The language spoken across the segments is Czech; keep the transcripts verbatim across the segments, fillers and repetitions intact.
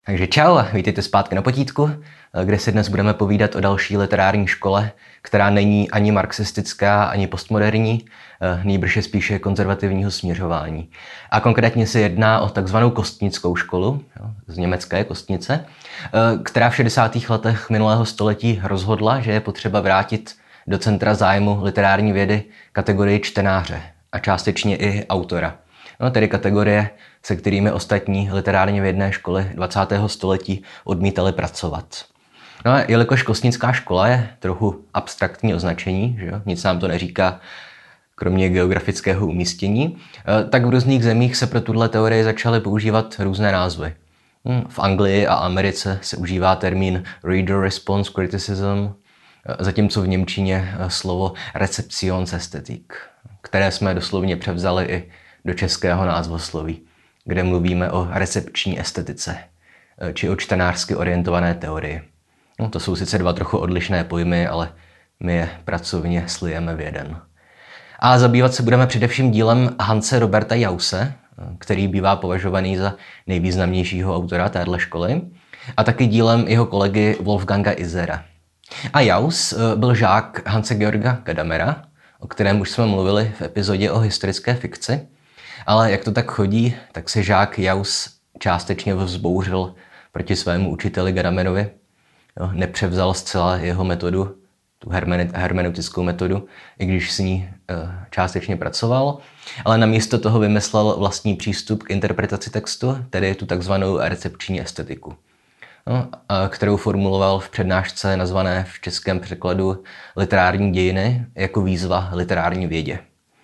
Takže čau a vítejte zpátky na potítku, kde si dnes budeme povídat o další literární škole, která není ani marxistická, ani postmoderní, nýbrž je spíše konzervativního směřování. A konkrétně se jedná o takzvanou Kostnickou školu, z německé Kostnice, která v šedesátých letech minulého století rozhodla, že je potřeba vrátit do centra zájmu literární vědy kategorii čtenáře a částečně i autora. No, tedy kategorie, se kterými ostatní literárně vědné školy dvacátého století odmítaly pracovat. No a jelikož Kostnická škola je trochu abstraktní označení, že jo? Nic nám to neříká, kromě geografického umístění, tak v různých zemích se pro tuhle teorii začaly používat různé názvy. V Anglii a Americe se užívá termín Reader Response Criticism, zatímco v němčině slovo Rezeptionsästhetik, které jsme doslovně převzali i do českého názvosloví, kde mluvíme o recepční estetice, či o čtenářsky orientované teorii. No, to jsou sice dva trochu odlišné pojmy, ale my je pracovně slijeme v jeden. A zabývat se budeme především dílem Hanse Roberta Jause, který bývá považovaný za nejvýznamnějšího autora téhle školy, a taky dílem jeho kolegy Wolfganga Isera. A Jaus byl žák Hanse Georga Gadamera, o kterém už jsme mluvili v epizodě o historické fikci, ale jak to tak chodí, tak se žák Jaus částečně vzbouřil proti svému učiteli Gadamerovi. Jo, nepřevzal zcela jeho metodu, tu hermeneutickou metodu, i když s ní e, částečně pracoval, ale namísto toho vymyslel vlastní přístup k interpretaci textu, tedy tu takzvanou recepční estetiku, no, a kterou formuloval v přednášce nazvané v českém překladu Literární dějiny jako výzva literární vědě.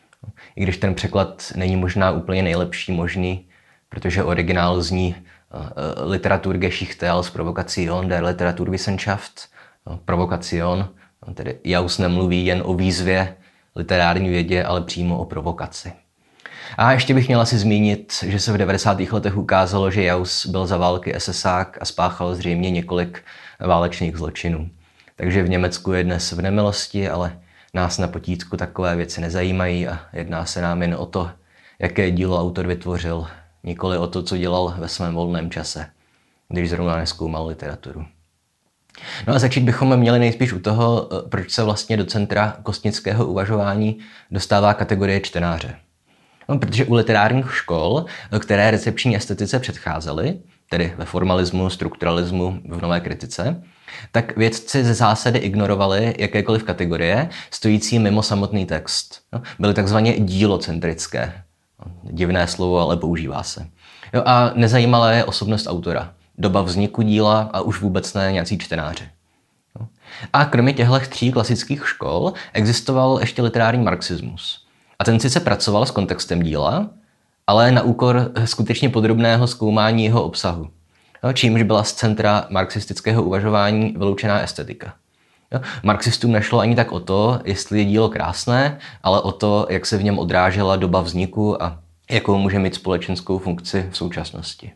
I když ten překlad není možná úplně nejlepší možný, protože originál zní uh, Literaturgeschichte als Provokation der Literaturwissenschaft, no, Provokation, no, tedy Jaus nemluví jen o výzvě literární vědě, ale přímo o provokaci. A ještě bych měla si zmínit, že se v devadesátých letech ukázalo, že Jaus byl za války esesák a spáchal zřejmě několik válečných zločinů. Takže v Německu je dnes v nemilosti, ale nás na potítku takové věci nezajímají a jedná se nám jen o to, jaké dílo autor vytvořil, nikoli o to, co dělal ve svém volném čase, když zrovna nezkoumal literaturu. No a začít bychom měli nejspíš u toho, proč se vlastně do centra kostnického uvažování dostává kategorie čtenáře. No, protože u literárních škol, které recepční estetice předcházely, tedy ve formalismu, strukturalismu, v nové kritice, tak vědci ze zásady ignorovali jakékoliv kategorie stojící mimo samotný text. No, byly takzvaně dílocentrické. Divné slovo, ale používá se. Jo, a nezajímala je osobnost autora, doba vzniku díla a už vůbec ne nějací čtenáři. No. A kromě těchto tří klasických škol existoval ještě literární marxismus. A ten sice pracoval s kontextem díla, ale na úkor skutečně podrobného zkoumání jeho obsahu. Jo, čímž byla z centra marxistického uvažování vyloučená estetika. Jo, marxistům nešlo ani tak o to, jestli je dílo krásné, ale o to, jak se v něm odrážela doba vzniku a jakou může mít společenskou funkci v současnosti.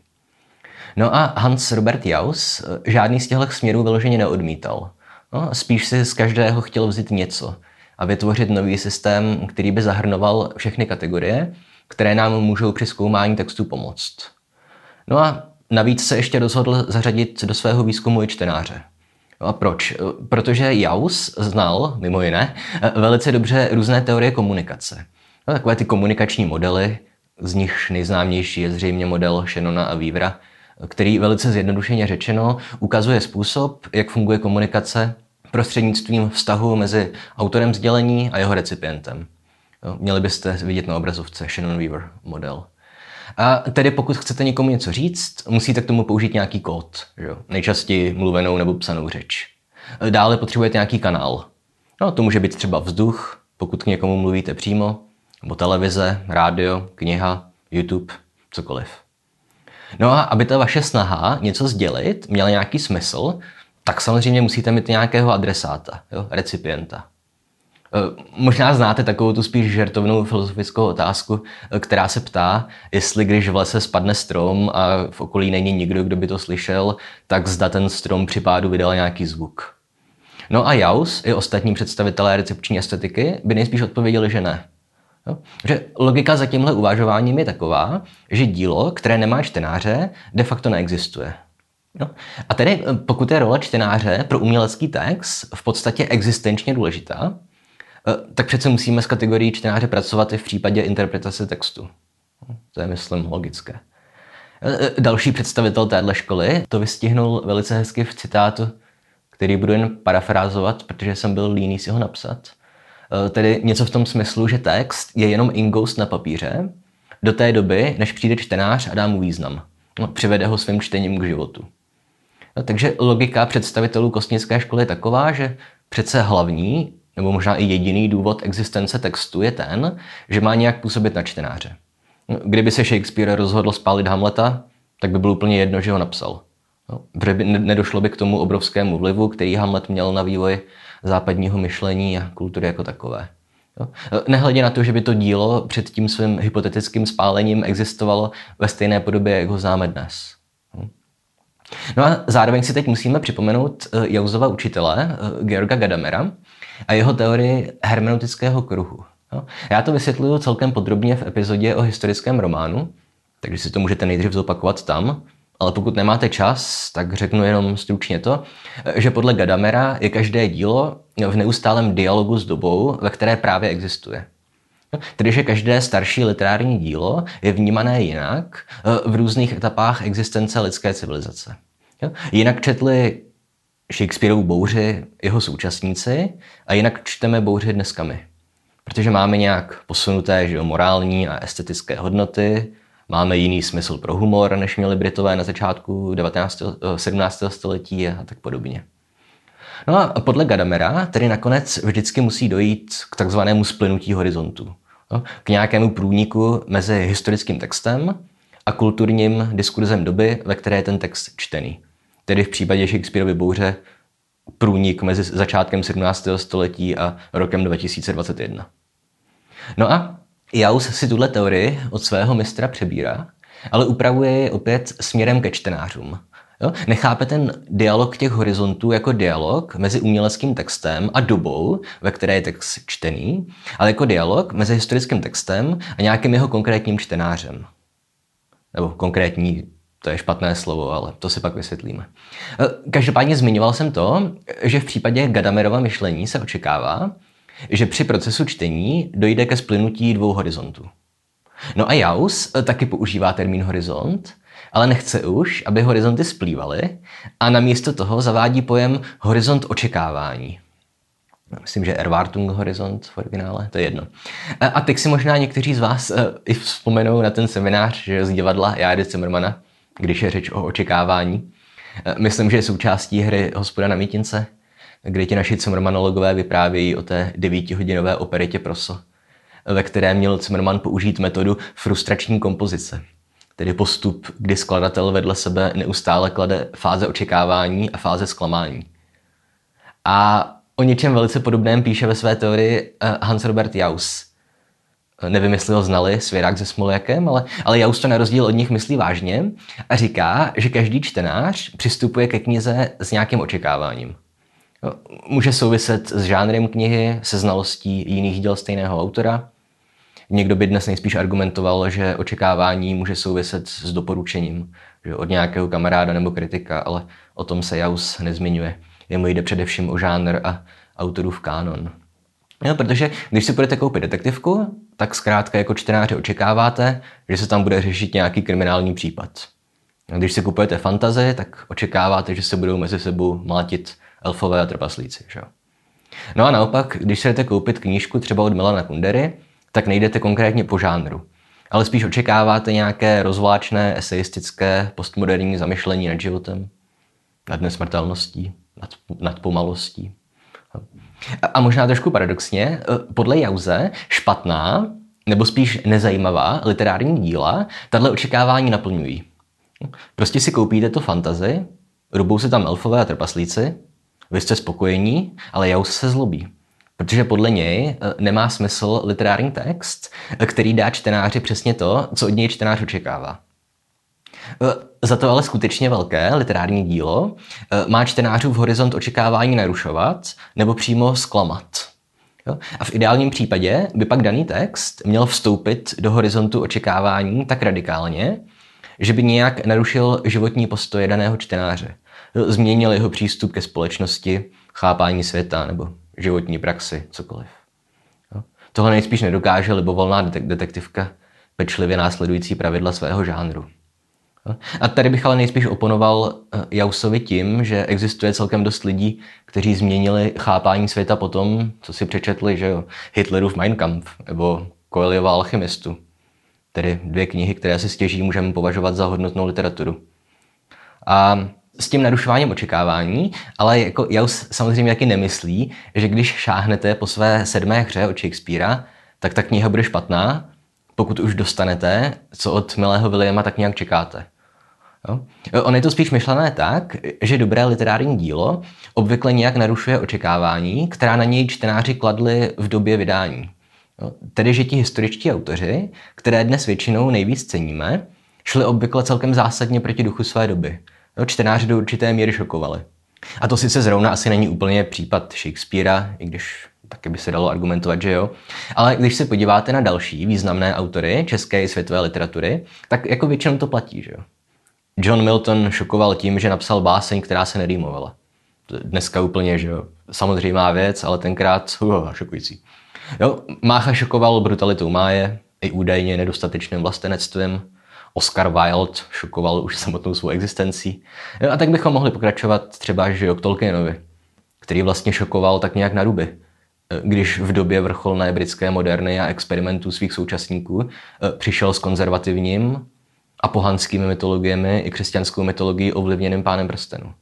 No a Hans Robert Jaus žádný z těchto směrů vyloženě neodmítal. No, spíš si z každého chtěl vzít něco a vytvořit nový systém, který by zahrnoval všechny kategorie, které nám můžou při zkoumání textu pomoct. No a navíc se ještě rozhodl zařadit do svého výzkumu i čtenáře. No a proč? Protože Jaus znal, mimo jiné, velice dobře různé teorie komunikace. No, takové ty komunikační modely, z nichž nejznámější je zřejmě model Shannona a Weavera, který velice zjednodušeně řečeno ukazuje způsob, jak funguje komunikace prostřednictvím vztahu mezi autorem sdělení a jeho recipientem. No, měli byste vidět na obrazovce Shannon-Weaver model. A tedy pokud chcete někomu něco říct, musíte k tomu použít nějaký kód, že jo? Nejčastěji mluvenou nebo psanou řeč. Dále potřebujete nějaký kanál. No, to může být třeba vzduch, pokud k někomu mluvíte přímo, nebo televize, rádio, kniha, YouTube, cokoliv. No a aby ta vaše snaha něco sdělit měla nějaký smysl, tak samozřejmě musíte mít nějakého adresáta, jo? Recipienta. Možná znáte takovou tu spíš žertovnou filozofickou otázku, která se ptá, jestli když v lese spadne strom a v okolí není nikdo, kdo by to slyšel, tak zda ten strom při pádu vydal nějaký zvuk. No a Jaus i ostatní představitelé recepční estetiky by nejspíš odpověděli, že ne. Jo? Že logika za tímhle uvažováním je taková, že dílo, které nemá čtenáře, de facto neexistuje. No. A tedy pokud je role čtenáře pro umělecký text v podstatě existenčně důležitá, tak přece musíme s kategorií čtenáře pracovat i v případě interpretace textu. To je, myslím, logické. Další představitel téhle školy to vystihnul velice hezky v citátu, který budu jen parafrázovat, protože jsem byl líný si ho napsat. Tedy něco v tom smyslu, že text je jenom ingoust na papíře do té doby, než přijde čtenář a dá mu význam. No, přivede ho svým čtením k životu. No, takže logika představitelů kostnické školy je taková, že přece hlavní, nebo možná i jediný důvod existence textu je ten, že má nějak působit na čtenáře. No, kdyby se Shakespeare rozhodl spálit Hamleta, tak by bylo úplně jedno, že ho napsal. No, protože by nedošlo by k tomu obrovskému vlivu, který Hamlet měl na vývoj západního myšlení a kultury jako takové. Jo. Nehledě na to, že by to dílo před tím svým hypotetickým spálením existovalo ve stejné podobě, jak ho známe dnes. No a zároveň si teď musíme připomenout Jaussova učitele, Georga Gadamera, a jeho teorii hermeneutického kruhu. Jo. Já to vysvětluju celkem podrobně v epizodě o historickém románu, takže si to můžete nejdřív zopakovat tam, ale pokud nemáte čas, tak řeknu jenom stručně to, že podle Gadamera je každé dílo v neustálém dialogu s dobou, ve které právě existuje. Tedy, že každé starší literární dílo je vnímané jinak v různých etapách existence lidské civilizace. Jinak četli Shakespearovu Bouři jeho současníci a jinak čteme Bouři dneska my. Protože máme nějak posunuté, že jo, morální a estetické hodnoty, máme jiný smysl pro humor, než měli Britové na začátku devatenáctého sedmnáctého století a tak podobně. No a podle Gadamera tedy nakonec vždycky musí dojít k takzvanému splynutí horizontu. K nějakému průniku mezi historickým textem a kulturním diskurzem doby, ve které je ten text čtený. Tedy v případě Shakespearovy Bouře průnik mezi začátkem sedmnáctého století a rokem dva tisíce dvacet jedna. No a Jauss si tuhle teorii od svého mistra přebírá, ale upravuje ji opět směrem ke čtenářům. Jo? Nechápe ten dialog těch horizontů jako dialog mezi uměleckým textem a dobou, ve které je text čtený, ale jako dialog mezi historickým textem a nějakým jeho konkrétním čtenářem. Nebo konkrétní, to je špatné slovo, ale to si pak vysvětlíme. Každopádně zmiňoval jsem to, že v případě Gadamerova myšlení se očekává, že při procesu čtení dojde ke splynutí dvou horizontů. No a Jauss taky používá termín horizont, ale nechce už, aby horizonty splývaly a namísto toho zavádí pojem horizont očekávání. Myslím, že Erwartung horizont v originále, to je jedno. A teď si možná někteří z vás i vzpomenou na ten seminář že z divadla Járy Cimrmana, když je řeč o očekávání. Myslím, že je součástí hry Hospoda na mítince, kde ti naši Cimrmanologové vyprávějí o té devítihodinové operetě Proso, ve které měl Cimrman použít metodu frustrační kompozice, tedy postup, kdy skladatel vedle sebe neustále klade fáze očekávání a fáze zklamání. A o něčem velice podobném píše ve své teorii Hans Robert Jauss. Nevím, jestli ho znali, Svěrák se Smoljakem, ale, ale Jauss to na rozdíl od nich myslí vážně a říká, že každý čtenář přistupuje ke knize s nějakým očekáváním. Může souviset s žánrem knihy, se znalostí jiných děl stejného autora. Někdo by dnes nejspíš argumentoval, že očekávání může souviset s doporučením, že od nějakého kamaráda nebo kritika, ale o tom se Jauss nezmiňuje. Jemu jde především o žánr a autorův kánon. No, protože když si budete koupit detektivku, tak zkrátka jako čtenáři očekáváte, že se tam bude řešit nějaký kriminální případ. A když si kupujete fantasy, tak očekáváte, že se budou mezi sebou mlátit elfové a trpaslíci. Že? No a naopak, když si jdete koupit knížku třeba od Milana Kundery, tak nejdete konkrétně po žánru, ale spíš očekáváte nějaké rozvláčné, eseistické, postmoderní zamyšlení nad životem, nad nesmrtelností, nad, nad pomalostí. A, a možná trošku paradoxně, podle Jause špatná, nebo spíš nezajímavá literární díla tahle očekávání naplňují. Prostě si koupíte to fantasy, rubou se tam elfové a trpaslíci, vy jste spokojení, ale Jauss se zlobí. Protože podle něj nemá smysl literární text, který dá čtenáři přesně to, co od něj čtenář očekává. Za to ale skutečně velké literární dílo má čtenářův horizont očekávání narušovat nebo přímo zklamat. A v ideálním případě by pak daný text měl vstoupit do horizontu očekávání tak radikálně, že by nějak narušil životní postoje daného čtenáře. Změnil jeho přístup ke společnosti, chápání světa nebo životní praxi, cokoliv. Tohle nejspíš nedokáže libovolná detektivka pečlivě následující pravidla svého žánru. A tady bych ale nejspíš oponoval Jausovi tím, že existuje celkem dost lidí, kteří změnili chápání světa po tom, co si přečetli, že jo, Hitlerův Mein Kampf nebo Coelhova Alchymistu. Tedy dvě knihy, které si stěží můžeme považovat za hodnotnou literaturu. A s tím narušováním očekávání, ale jako Jaus samozřejmě taky nemyslí, že když šáhnete po své sedmé hře od Shakespearea, tak ta kniha bude špatná, pokud už dostanete, co od milého Williama tak nějak čekáte. Jo? On je to spíš myšlené tak, že dobré literární dílo obvykle nějak narušuje očekávání, která na něj čtenáři kladli v době vydání. Jo? Tedy, že ti historičtí autoři, které dnes většinou nejvíc ceníme, šli obvykle celkem zásadně proti duchu své doby. Jo? Čtenáři do určité míry šokovali. A to sice zrovna asi není úplně případ Shakespearea, i když taky by se dalo argumentovat, že jo. Ale když se podíváte na další významné autory české i světové literatury, tak jako většinou to platí, že jo. John Milton šokoval tím, že napsal báseň, která se nerýmovala. Dneska úplně, že jo, samozřejmá věc, ale tenkrát uh, šokující. Jo, Mácha šokoval brutalitou máje, i údajně nedostatečným vlastenectvím. Oscar Wilde šokoval už samotnou svou existencí. Jo, a tak bychom mohli pokračovat třeba, že jo, k Tolkienovi, který vlastně šokoval tak nějak na ruby. Když v době vrcholné britské moderny a experimentů svých současníků přišel s konzervativním a pohanskými mytologiemi i křesťanskou mytologií ovlivněným Pánem prstenů.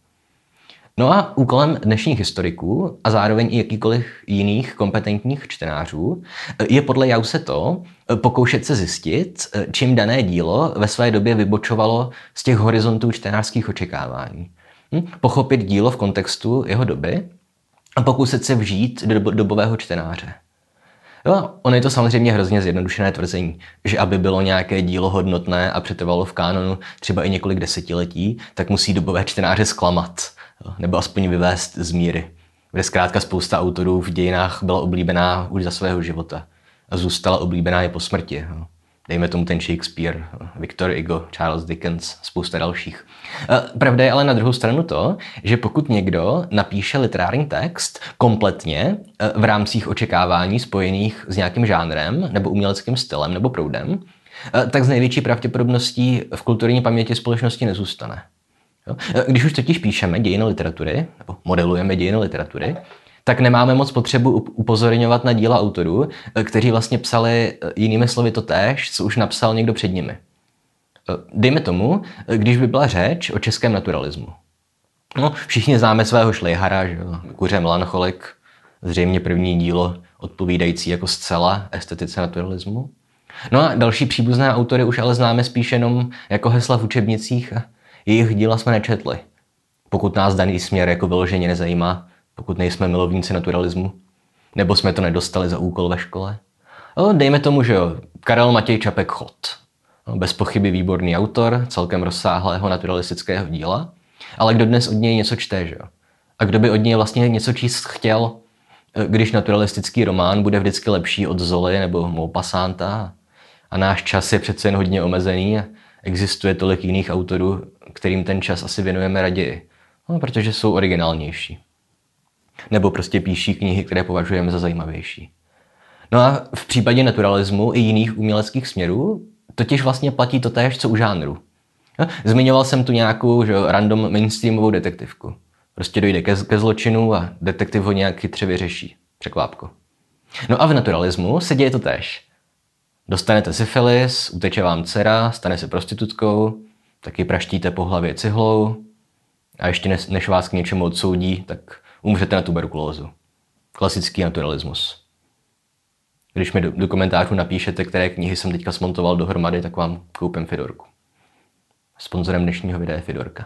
No a úkolem dnešních historiků a zároveň i jakýkoliv jiných kompetentních čtenářů je podle Jause to pokoušet se zjistit, čím dané dílo ve své době vybočovalo z těch horizontů čtenářských očekávání. Hm? Pochopit dílo v kontextu jeho doby a pokusit se vžít do dobového čtenáře. Jo, ono je to samozřejmě hrozně zjednodušené tvrzení, že aby bylo nějaké dílo hodnotné a přetrvalo v kánonu třeba i několik desetiletí, tak musí dobové čtenáře zklamat, jo, nebo aspoň vyvést z míry. Kde zkrátka spousta autorů v dějinách byla oblíbená už za svého života a zůstala oblíbená i po smrti. Jo. Dejme tomu ten Shakespeare, Victor Hugo, Charles Dickens, spousta dalších. Pravda je ale na druhou stranu to, že pokud někdo napíše literární text kompletně v rámcích očekávání spojených s nějakým žánrem nebo uměleckým stylem nebo proudem, tak z největší pravděpodobností v kulturní paměti společnosti nezůstane. Když už totiž píšeme dějiny literatury, nebo modelujeme dějiny literatury, tak nemáme moc potřebu upozorňovat na díla autorů, kteří vlastně psali jinými slovy to též, co už napsal někdo před nimi. Dejme tomu, když by byla řeč o českém naturalismu. No, všichni známe svého Šlejhara, že jo? Kuře melancholik, zřejmě první dílo odpovídající jako zcela estetice naturalismu. No a další příbuzné autory už ale známe spíš jenom jako hesla v učebnicích a jejich díla jsme nečetli. Pokud nás daný směr jako vyloženě nezajímá, pokud nejsme milovníci naturalismu, nebo jsme to nedostali za úkol ve škole. No, dejme tomu, že jo, Karel Matěj Čapek Chod. No, bez pochyby výborný autor, celkem rozsáhlého naturalistického díla, ale kdo dnes od něj něco čte, že jo? A kdo by od něj vlastně něco číst chtěl, když naturalistický román bude vždycky lepší od Zoly nebo Maupassanta a náš čas je přece jen hodně omezený a existuje tolik jiných autorů, kterým ten čas asi věnujeme raději, no, protože jsou originálnější. Nebo prostě píší knihy, které považujeme za zajímavější. No a v případě naturalismu i jiných uměleckých směrů totiž vlastně platí to též, co u žánru. Zmiňoval jsem tu nějakou že, random mainstreamovou detektivku. Prostě dojde ke, ke zločinu a detektiv ho nějak chytře vyřeší. Překvápko. No a v naturalismu se děje to též. Dostanete syfilis, uteče vám dcera, stane se prostitutkou, taky praštíte po hlavě cihlou a ještě než, než vás k něčemu odsoudí, tak umřete na tuberkulózu. Klasický naturalismus. Když mi do, do komentářů napíšete, které knihy jsem teďka smontoval dohromady, tak vám koupím Fidorku. Sponzorem dnešního videa je Fidorka.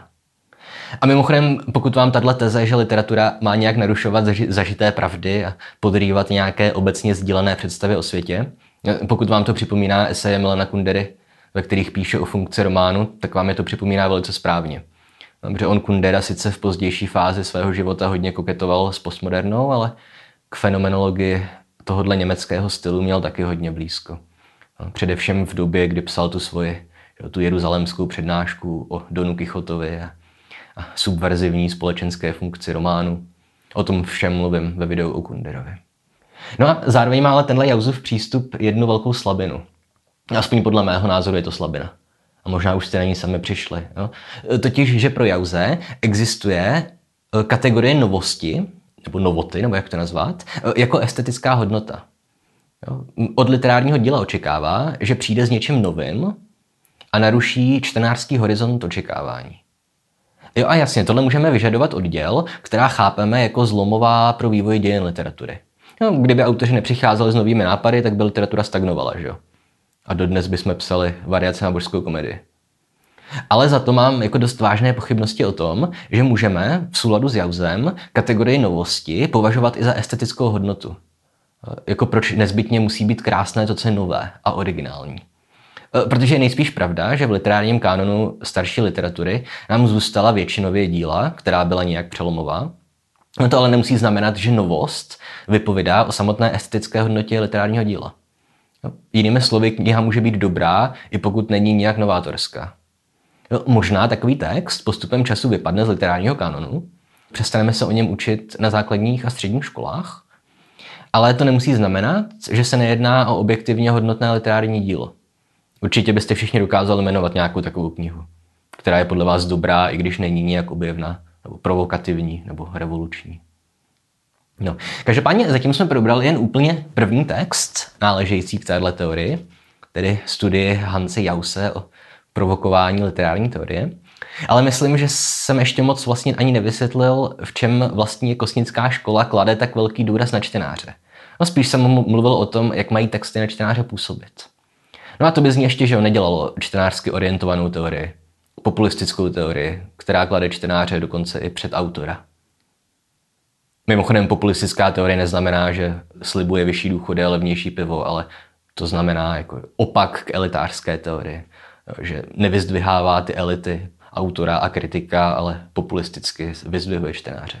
A mimochodem, pokud vám tato teze, že literatura má nějak narušovat zaži, zažité pravdy a podrývat nějaké obecně sdílené představy o světě, pokud vám to připomíná eseje Milana Kundery, ve kterých píše o funkci románu, tak vám je to připomíná velice správně. Protože on Kundera sice v pozdější fázi svého života hodně koketoval s postmodernou, ale k fenomenologii tohohle německého stylu měl taky hodně blízko. Především v době, kdy psal tu svoji Jo, tu jeruzalémskou přednášku o Donu Kichotovi a, a subverzivní společenské funkci románu. O tom všem mluvím ve videu o Kunderovi. No a zároveň má ale tenhle Jausův přístup jednu velkou slabinu. Aspoň podle mého názoru je to slabina. A možná už jste na ní sami přišli. Jo? Totiž, že pro Jause existuje kategorie novosti, nebo novoty, nebo jak to nazvat, jako estetická hodnota. Jo? Od literárního díla očekává, že přijde s něčím novým a naruší čtenářský horizont očekávání. Jo a jasně, tohle můžeme vyžadovat od děl, která chápeme jako zlomová pro vývoj dějin literatury. Jo, kdyby autoři nepřicházeli s novými nápady, tak by literatura stagnovala, že jo? A dodnes bychom psali variace na božskou komedii. Ale za to mám jako dost vážné pochybnosti o tom, že můžeme v souladu s Jausem kategorii novosti považovat i za estetickou hodnotu. Jako proč nezbytně musí být krásné to, co je nové a originální. Protože je nejspíš pravda, že v literárním kánonu starší literatury nám zůstala většinově díla, která byla nějak přelomová. No to ale nemusí znamenat, že novost vypovídá o samotné estetické hodnotě literárního díla. Jinými slovy, kniha může být dobrá, i pokud není nějak novátorská. Jo, možná takový text postupem času vypadne z literárního kanonu, přestaneme se o něm učit na základních a středních školách, ale to nemusí znamenat, že se nejedná o objektivně hodnotné literární dílo. Určitě byste všichni dokázali jmenovat nějakou takovou knihu, která je podle vás dobrá, i když není nějak objevná, nebo provokativní, nebo revoluční. No, každopádně zatím jsme probrali jen úplně první text náležející k téhle teorii, tedy studii Hanse Jause o provokování literární teorie. Ale myslím, že jsem ještě moc vlastně ani nevysvětlil, v čem vlastně kosnická škola klade tak velký důraz na čtenáře. No spíš jsem mluvil o tom, jak mají texty na čtenáře působit. No a to by z ní ještě, že ho nedělalo čtenářsky orientovanou teorii, populistickou teorii, která klade čtenáře dokonce i před autora. Mimochodem populistická teorie neznamená, že slibuje vyšší důchody a levnější pivo, ale to znamená jako opak k elitářské teorii. Že nevyzdvihává ty elity, autora a kritika, ale populisticky vyzdvihuje čtenáře.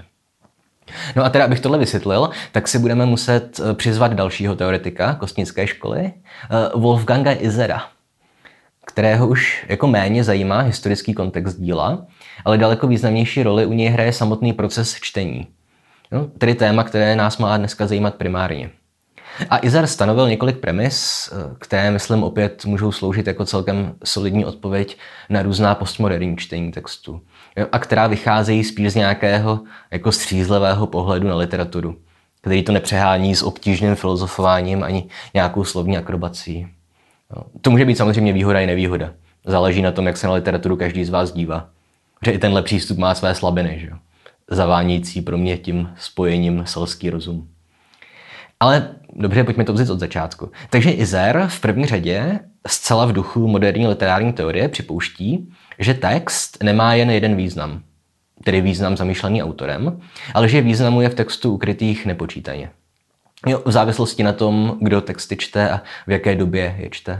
No a teda, abych tohle vysvětlil, tak si budeme muset přizvat dalšího teoretika kosnické školy, Wolfganga Isera, kterého už jako méně zajímá historický kontext díla, ale daleko významnější roli u něj hraje samotný proces čtení. No, tedy téma, které nás má dneska zajímat primárně. A Iser stanovil několik premis, které, myslím, opět můžou sloužit jako celkem solidní odpověď na různá postmoderní čtení textu, a která vycházejí spíš z nějakého jako střízlivého pohledu na literaturu, který to nepřehání s obtížným filozofováním ani nějakou slovní akrobací. To může být samozřejmě výhoda i nevýhoda. Záleží na tom, jak se na literaturu každý z vás dívá. Že i tenhle přístup má své slabiny, že? Zavánějící pro mě tím spojením selský rozum. Ale dobře, pojďme to vzít od začátku. Takže Iser v první řadě zcela v duchu moderní literární teorie připouští, že text nemá jen jeden význam, tedy význam zamýšlený autorem, ale že významů je v textu ukrytých nepočítaně. Jo, v závislosti na tom, kdo texty čte a v jaké době je čte.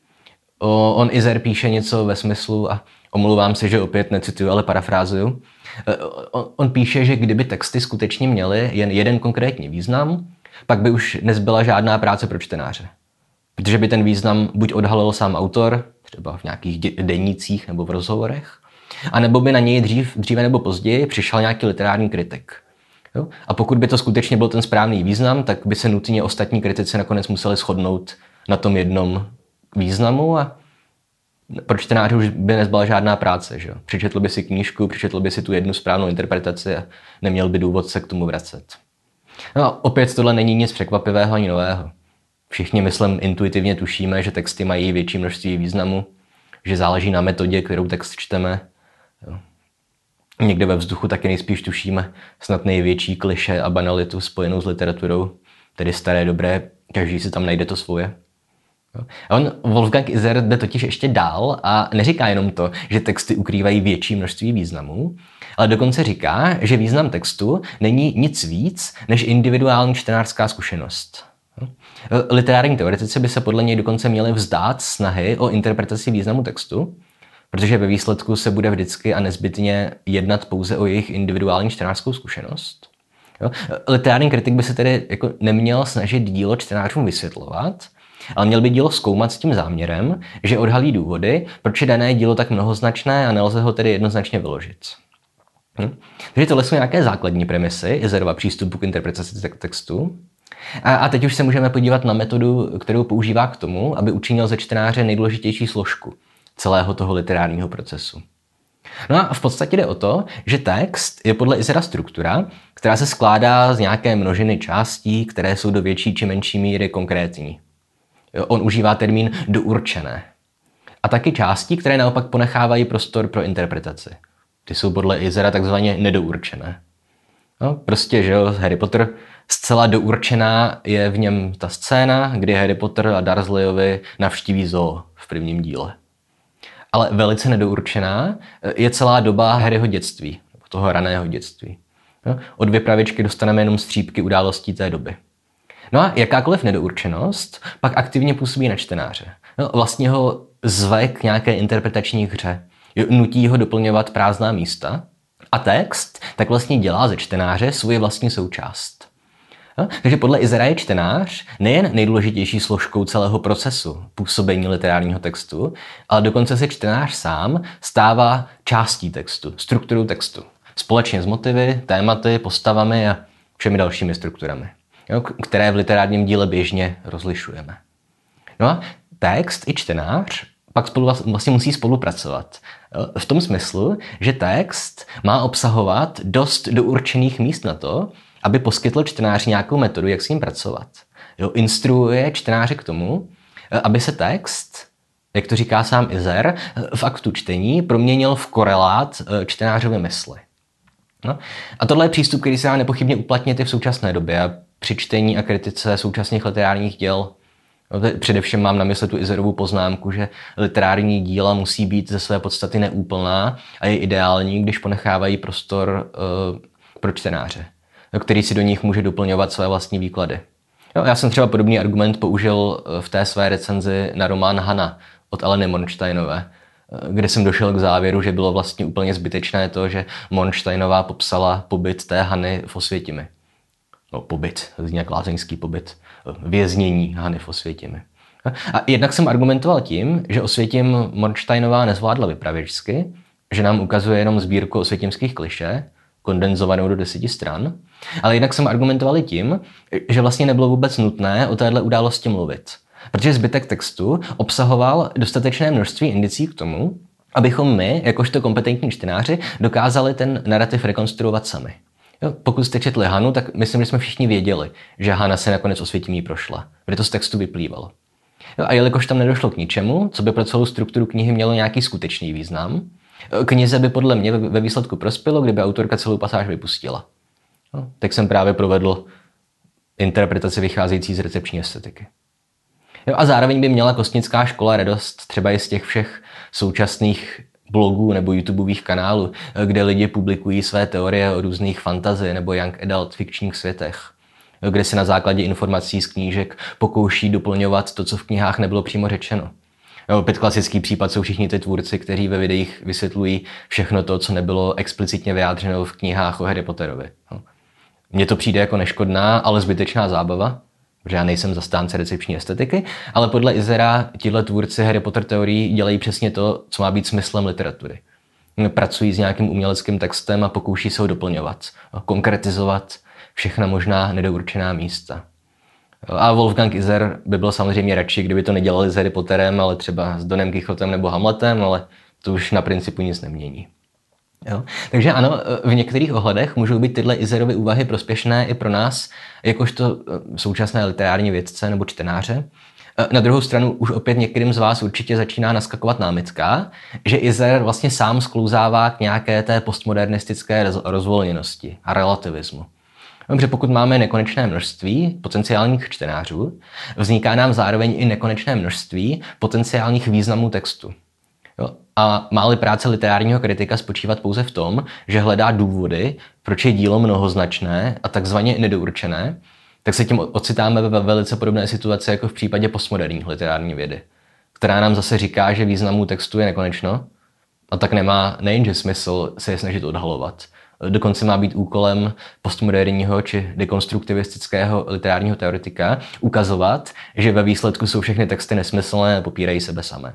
O, on Iser píše něco ve smyslu, a omlouvám se, že opět necituju, ale parafrázuju. On, on píše, že kdyby texty skutečně měly jen jeden konkrétní význam, pak by už nezbyla žádná práce pro čtenáře. Protože by ten význam buď odhalil sám autor, třeba v nějakých denících nebo v rozhovorech, anebo by na něj dřív, dříve nebo později přišel nějaký literární kritik. Jo? A pokud by to skutečně byl ten správný význam, tak by se nutně ostatní kritici nakonec museli shodnout na tom jednom významu a pro čtenáře už by nezbyla žádná práce. Že? Přečetl by si knížku, přečetl by si tu jednu správnou interpretaci a neměl by důvod se k tomu vracet. No a opět tohle není nic překvapivého ani nového. Všichni, myslím, intuitivně tušíme, že texty mají větší množství významu, že záleží na metodě, kterou text čteme. Jo. Někde ve vzduchu taky nejspíš tušíme snad největší klišé a banalitu spojenou s literaturou, tedy staré dobré, každý si tam najde to svoje. Jo. A on, Wolfgang Iser, jde totiž ještě dál a neříká jenom to, že texty ukrývají větší množství významů, ale dokonce říká, že význam textu není nic víc než individuální čtenářská zkušenost. Literární teoretici by se podle něj dokonce měli vzdát snahy o interpretaci významu textu, protože ve výsledku se bude vždycky a nezbytně jednat pouze o jejich individuální čtenářskou zkušenost. Jo? Literární kritik by se tedy jako neměl snažit dílo čtenářům vysvětlovat, ale měl by dílo zkoumat s tím záměrem, že odhalí důvody, proč je dané dílo tak mnohoznačné a nelze ho tedy jednoznačně vyložit. Hm? Takže tohle jsou nějaké základní premisy Izerova přístupu k interpretaci textu. A, a teď už se můžeme podívat na metodu, kterou používá k tomu, aby učinil ze čtenáře nejdůležitější složku celého toho literárního procesu. No a v podstatě jde o to, že text je podle Izera struktura, která se skládá z nějaké množiny částí, které jsou do větší či menší míry konkrétní. On užívá termín dourčené. A taky části, které naopak ponechávají prostor pro interpretaci. Ty jsou podle Izera takzvaně nedourčené. No, prostě, že jo, Harry Potter zcela dourčená je v něm ta scéna, kdy Harry Potter a Dursleyovi navštíví zoo v prvním díle. Ale velice nedourčená je celá doba Harryho dětství, toho raného dětství. No, od vypravěčky dostaneme jenom střípky událostí té doby. No a jakákoliv nedourčenost pak aktivně působí na čtenáře. No, vlastně ho zve k nějaké interpretační hře. Nutí ho doplňovat prázdná místa a text tak vlastně dělá ze čtenáře svoji vlastní součást. No, takže podle Izera je čtenář nejen nejdůležitější složkou celého procesu působení literárního textu, ale dokonce se čtenář sám stává částí textu, strukturou textu, společně s motivy, tématy, postavami a všemi dalšími strukturami, jo, které v literárním díle běžně rozlišujeme. No a text i čtenář pak spolu vlastně musí spolupracovat. V tom smyslu, že text má obsahovat dost dourčených míst na to, aby poskytl čtenáři nějakou metodu, jak s ním pracovat. Jo, instruuje čtenáře k tomu, aby se text, jak to říká sám Izer, v aktu čtení proměnil v korelát čtenářovy mysli. No, a tohle je přístup, který se dá nepochybně uplatnit i v současné době a při čtení a kritice současných literárních děl. No, především mám na mysli tu Izerovu poznámku, že literární díla musí být ze své podstaty neúplná a je ideální, když ponechávají prostor uh, pro čtenáře, který si do nich může doplňovat své vlastní výklady. Jo, já jsem třeba podobný argument použil v té své recenzi na román Hana od Eleny Mornsteinové, kde jsem došel k závěru, že bylo vlastně úplně zbytečné to, že Mornsteinová popsala pobyt té Hany v Osvětimi. No, pobyt, zní jak lázeňský pobyt, věznění Hany v Osvětimi. A jednak jsem argumentoval tím, že Osvětim Mornsteinová nezvládla vypravěčsky, že nám ukazuje jenom sbírku osvětimských klišé, kondenzovanou do deseti stran, ale jednak jsem argumentoval i tím, že vlastně nebylo vůbec nutné o téhle události mluvit, protože zbytek textu obsahoval dostatečné množství indicí k tomu, abychom my, jakožto kompetentní čtenáři, dokázali ten narrativ rekonstruovat sami. Jo, pokud jste četli Hanu, tak myslím, že jsme všichni věděli, že Hana se nakonec Osvětimí prošla, protože to z textu vyplývalo. Jo, a jelikož tam nedošlo k ničemu, co by pro celou strukturu knihy mělo nějaký skutečný význam, knize by podle mě ve výsledku prospělo, kdyby autorka celou pasáž vypustila. No, tak jsem právě provedl interpretaci vycházející z recepční estetiky. Jo, a zároveň by měla Kostnická škola radost třeba i z těch všech současných blogů nebo YouTubeových kanálů, kde lidi publikují své teorie o různých fantasy nebo young adult fikčních světech, kde se na základě informací z knížek pokouší doplňovat to, co v knihách nebylo přímo řečeno. Opět klasický případ jsou všichni ty tvůrci, kteří ve videích vysvětlují všechno to, co nebylo explicitně vyjádřeno v knihách o Harry Potterovi. Mně to přijde jako neškodná, ale zbytečná zábava, protože já nejsem zastánce recepční estetiky, ale podle Izera tihle tvůrci Harry Potter teorií dělají přesně to, co má být smyslem literatury. Pracují s nějakým uměleckým textem a pokouší se ho doplňovat, konkretizovat všechna možná nedourčená místa. A Wolfgang Izer by byl samozřejmě radši, kdyby to nedělali s Harry Potterem, ale třeba s Donem Quixotem nebo Hamletem, ale to už na principu nic nemění. Jo? Takže ano, v některých ohledech můžou být tyhle Izerovy úvahy prospěšné i pro nás, jakožto současné literární vědce nebo čtenáře. Na druhou stranu už opět některým z vás určitě začíná naskakovat námitka, že Izer vlastně sám sklouzává k nějaké té postmodernistické rozvolněnosti a relativismu. Dobře, pokud máme nekonečné množství potenciálních čtenářů, vzniká nám zároveň i nekonečné množství potenciálních významů textu. Jo? A má-li práce literárního kritika spočívat pouze v tom, že hledá důvody, proč je dílo mnohoznačné a takzvaně nedourčené, tak se tím ocitáme ve velice podobné situaci jako v případě postmoderní literární vědy, která nám zase říká, že významů textu je nekonečno, a tak nemá nejenže smysl se je snažit odhalovat, Dokonce má být úkolem postmoderního či dekonstruktivistického literárního teoretika ukazovat, že ve výsledku jsou všechny texty nesmyslné a popírají sebe samé.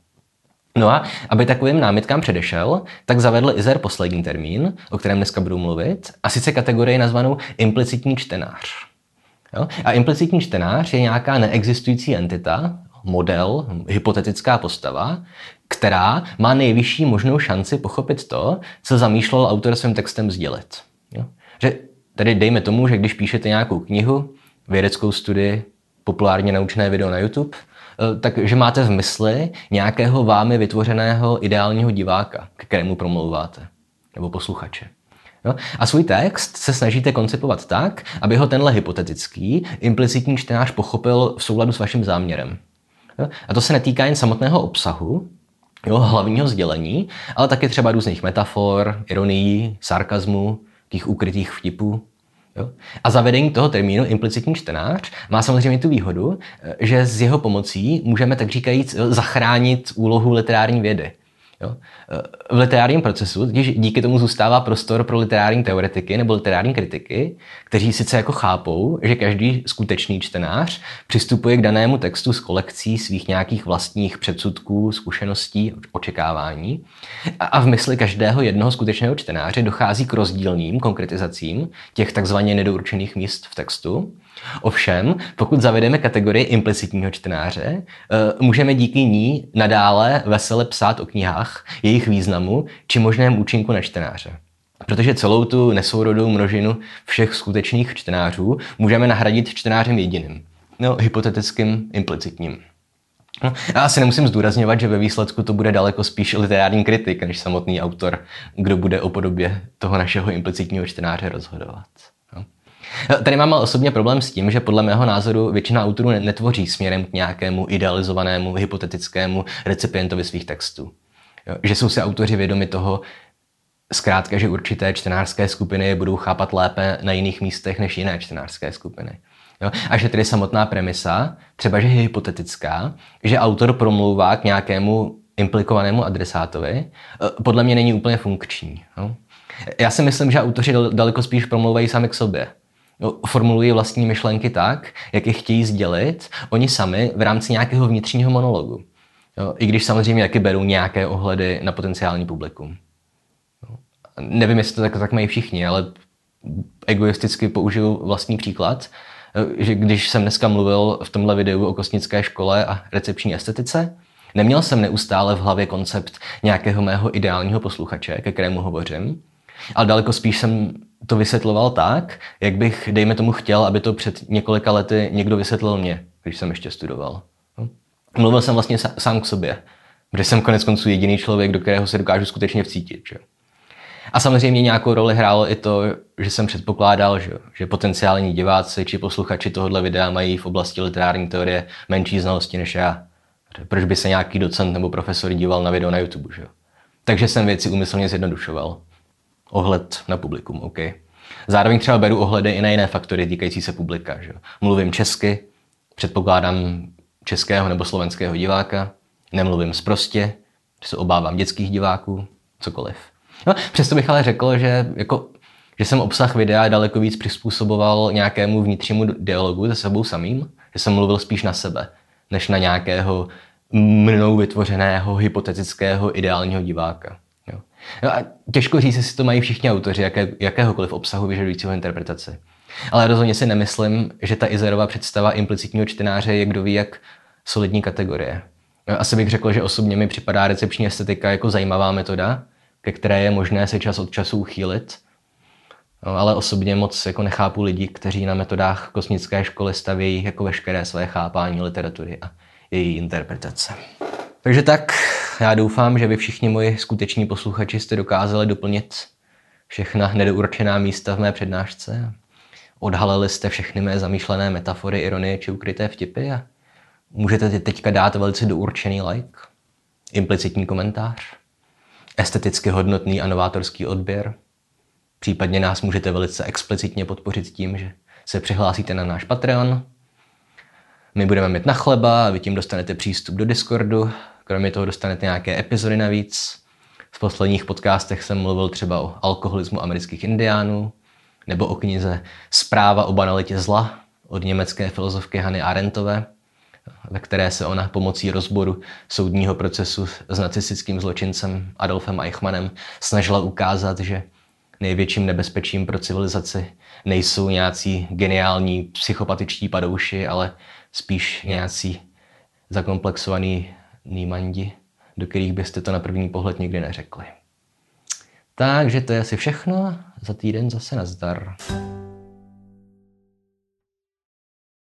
No a aby takovým námitkám předešel, tak zavedl Iser poslední termín, o kterém dneska budu mluvit, a sice kategorii nazvanou implicitní čtenář. Jo? A implicitní čtenář je nějaká neexistující entita, model, hypotetická postava, která má nejvyšší možnou šanci pochopit to, co zamýšlel autor svým textem sdělit. Jo? Že tedy dejme tomu, že když píšete nějakou knihu, vědeckou studii, populárně naučné video na YouTube, takže máte v mysli nějakého vámi vytvořeného ideálního diváka, ke kterému promlouváte, nebo posluchače. Jo? A svůj text se snažíte koncipovat tak, aby ho tenhle hypotetický, implicitní čtenář pochopil v souladu s vaším záměrem. Jo? A to se netýká jen samotného obsahu, jo, hlavního sdělení, ale taky třeba různých metafor, ironií, sarkazmu, těch ukrytých vtipů. Jo? A zavedení toho termínu implicitní čtenář má samozřejmě tu výhodu, že s jeho pomocí můžeme tak říkajíc zachránit úlohu literární vědy. Jo? V literárním procesu totiž díky tomu zůstává prostor pro literární teoretiky nebo literární kritiky, kteří sice jako chápou, že každý skutečný čtenář přistupuje k danému textu s kolekcí svých nějakých vlastních předsudků, zkušeností, očekávání a v mysli každého jednoho skutečného čtenáře dochází k rozdílným konkretizacím těch takzvaně nedourčených míst v textu. Ovšem, pokud zavedeme kategorii implicitního čtenáře, můžeme díky ní nadále vesele psát o knihách, jejich významu či možném účinku na čtenáře. Protože celou tu nesourodou množinu všech skutečných čtenářů můžeme nahradit čtenářem jediným, no, hypotetickým, implicitním. No, já asi nemusím zdůrazňovat, že ve výsledku to bude daleko spíš literární kritik, než samotný autor, kdo bude o podobě toho našeho implicitního čtenáře rozhodovat. Tady mám osobně problém s tím, že podle mého názoru většina autorů netvoří směrem k nějakému idealizovanému, hypotetickému recipientovi svých textů. Jo, že jsou si autoři vědomi toho, zkrátka, že určité čtenářské skupiny je budou chápat lépe na jiných místech než jiné čtenářské skupiny. Jo, a že tedy samotná premisa, třeba že je hypotetická, že autor promlouvá k nějakému implikovanému adresátovi, podle mě není úplně funkční. Jo. Já si myslím, že autoři daleko spíš promlouvají sami k sobě. Formulují vlastní myšlenky tak, jak je chtějí sdělit oni sami v rámci nějakého vnitřního monologu. Jo, i když samozřejmě taky berou nějaké ohledy na potenciální publikum. Jo, nevím, jestli to tak, tak mají všichni, ale egoisticky použiju vlastní příklad, že když jsem dneska mluvil v tomhle videu o kosmické škole a recepční estetice, neměl jsem neustále v hlavě koncept nějakého mého ideálního posluchače, ke kterému hovořím, ale daleko spíš jsem to vysvětloval tak, jak bych, dejme tomu, chtěl, aby to před několika lety někdo vysvětlil mě, když jsem ještě studoval. Mluvil jsem vlastně sám k sobě, protože jsem konec konců jediný člověk, do kterého se dokážu skutečně vcítit. Že? A samozřejmě nějakou roli hrálo i to, že jsem předpokládal, že, že potenciální diváci či posluchači tohohle videa mají v oblasti literární teorie menší znalosti než já. Proč by se nějaký docent nebo profesor díval na video na YouTube? Že? Takže jsem věci úmyslně zjednodušoval. Ohled na publikum, OK. Zároveň třeba beru ohledy i na jiné faktory týkající se publika. Že? Mluvím česky, předpokládám českého nebo slovenského diváka, nemluvím sprostě, že se obávám dětských diváků, cokoliv. No, přesto bych ale řekl, že, jako, že jsem obsah videa daleko víc přizpůsoboval nějakému vnitřnímu dialogu se sebou samým, že jsem mluvil spíš na sebe, než na nějakého mnou vytvořeného hypotetického ideálního diváka. Jo. No a těžko říct, jestli to mají všichni autoři jaké, jakéhokoliv obsahu vyžadujícího interpretaci. Ale rozhodně si nemyslím, že ta Iserova představa implicitního čtenáře je kdo ví jak solidní kategorie. No, asi bych řekl, že osobně mi připadá recepční estetika jako zajímavá metoda, ke které je možné se čas od času uchýlit. No, ale osobně moc jako nechápu lidi, kteří na metodách kosmické školy stavějí jako veškeré své chápání literatury a její interpretace. Takže tak, já doufám, že vy všichni moji skuteční posluchači jste dokázali doplnit všechna nedourčená místa v mé přednášce. Odhalili jste všechny mé zamýšlené metafory, ironie či ukryté vtipy a můžete teďka dát velice dourčený like, implicitní komentář, esteticky hodnotný a novátorský odběr. Případně nás můžete velice explicitně podpořit tím, že se přihlásíte na náš Patreon. My budeme mít na chleba a vy tím dostanete přístup do Discordu. Kromě toho dostanete nějaké epizody navíc. V posledních podcastech jsem mluvil třeba o alkoholismu amerických indiánů nebo o knize Zpráva o banalitě zla od německé filozofky Hany Arendtové, ve které se ona pomocí rozboru soudního procesu s nacistickým zločincem Adolfem Eichmannem snažila ukázat, že největším nebezpečím pro civilizaci nejsou nějací geniální psychopatičtí padouši, ale spíš nějací zakomplexovaný nímandi, do kterých byste to na první pohled nikdy neřekli. Takže to je asi všechno. Za týden zase nazdar.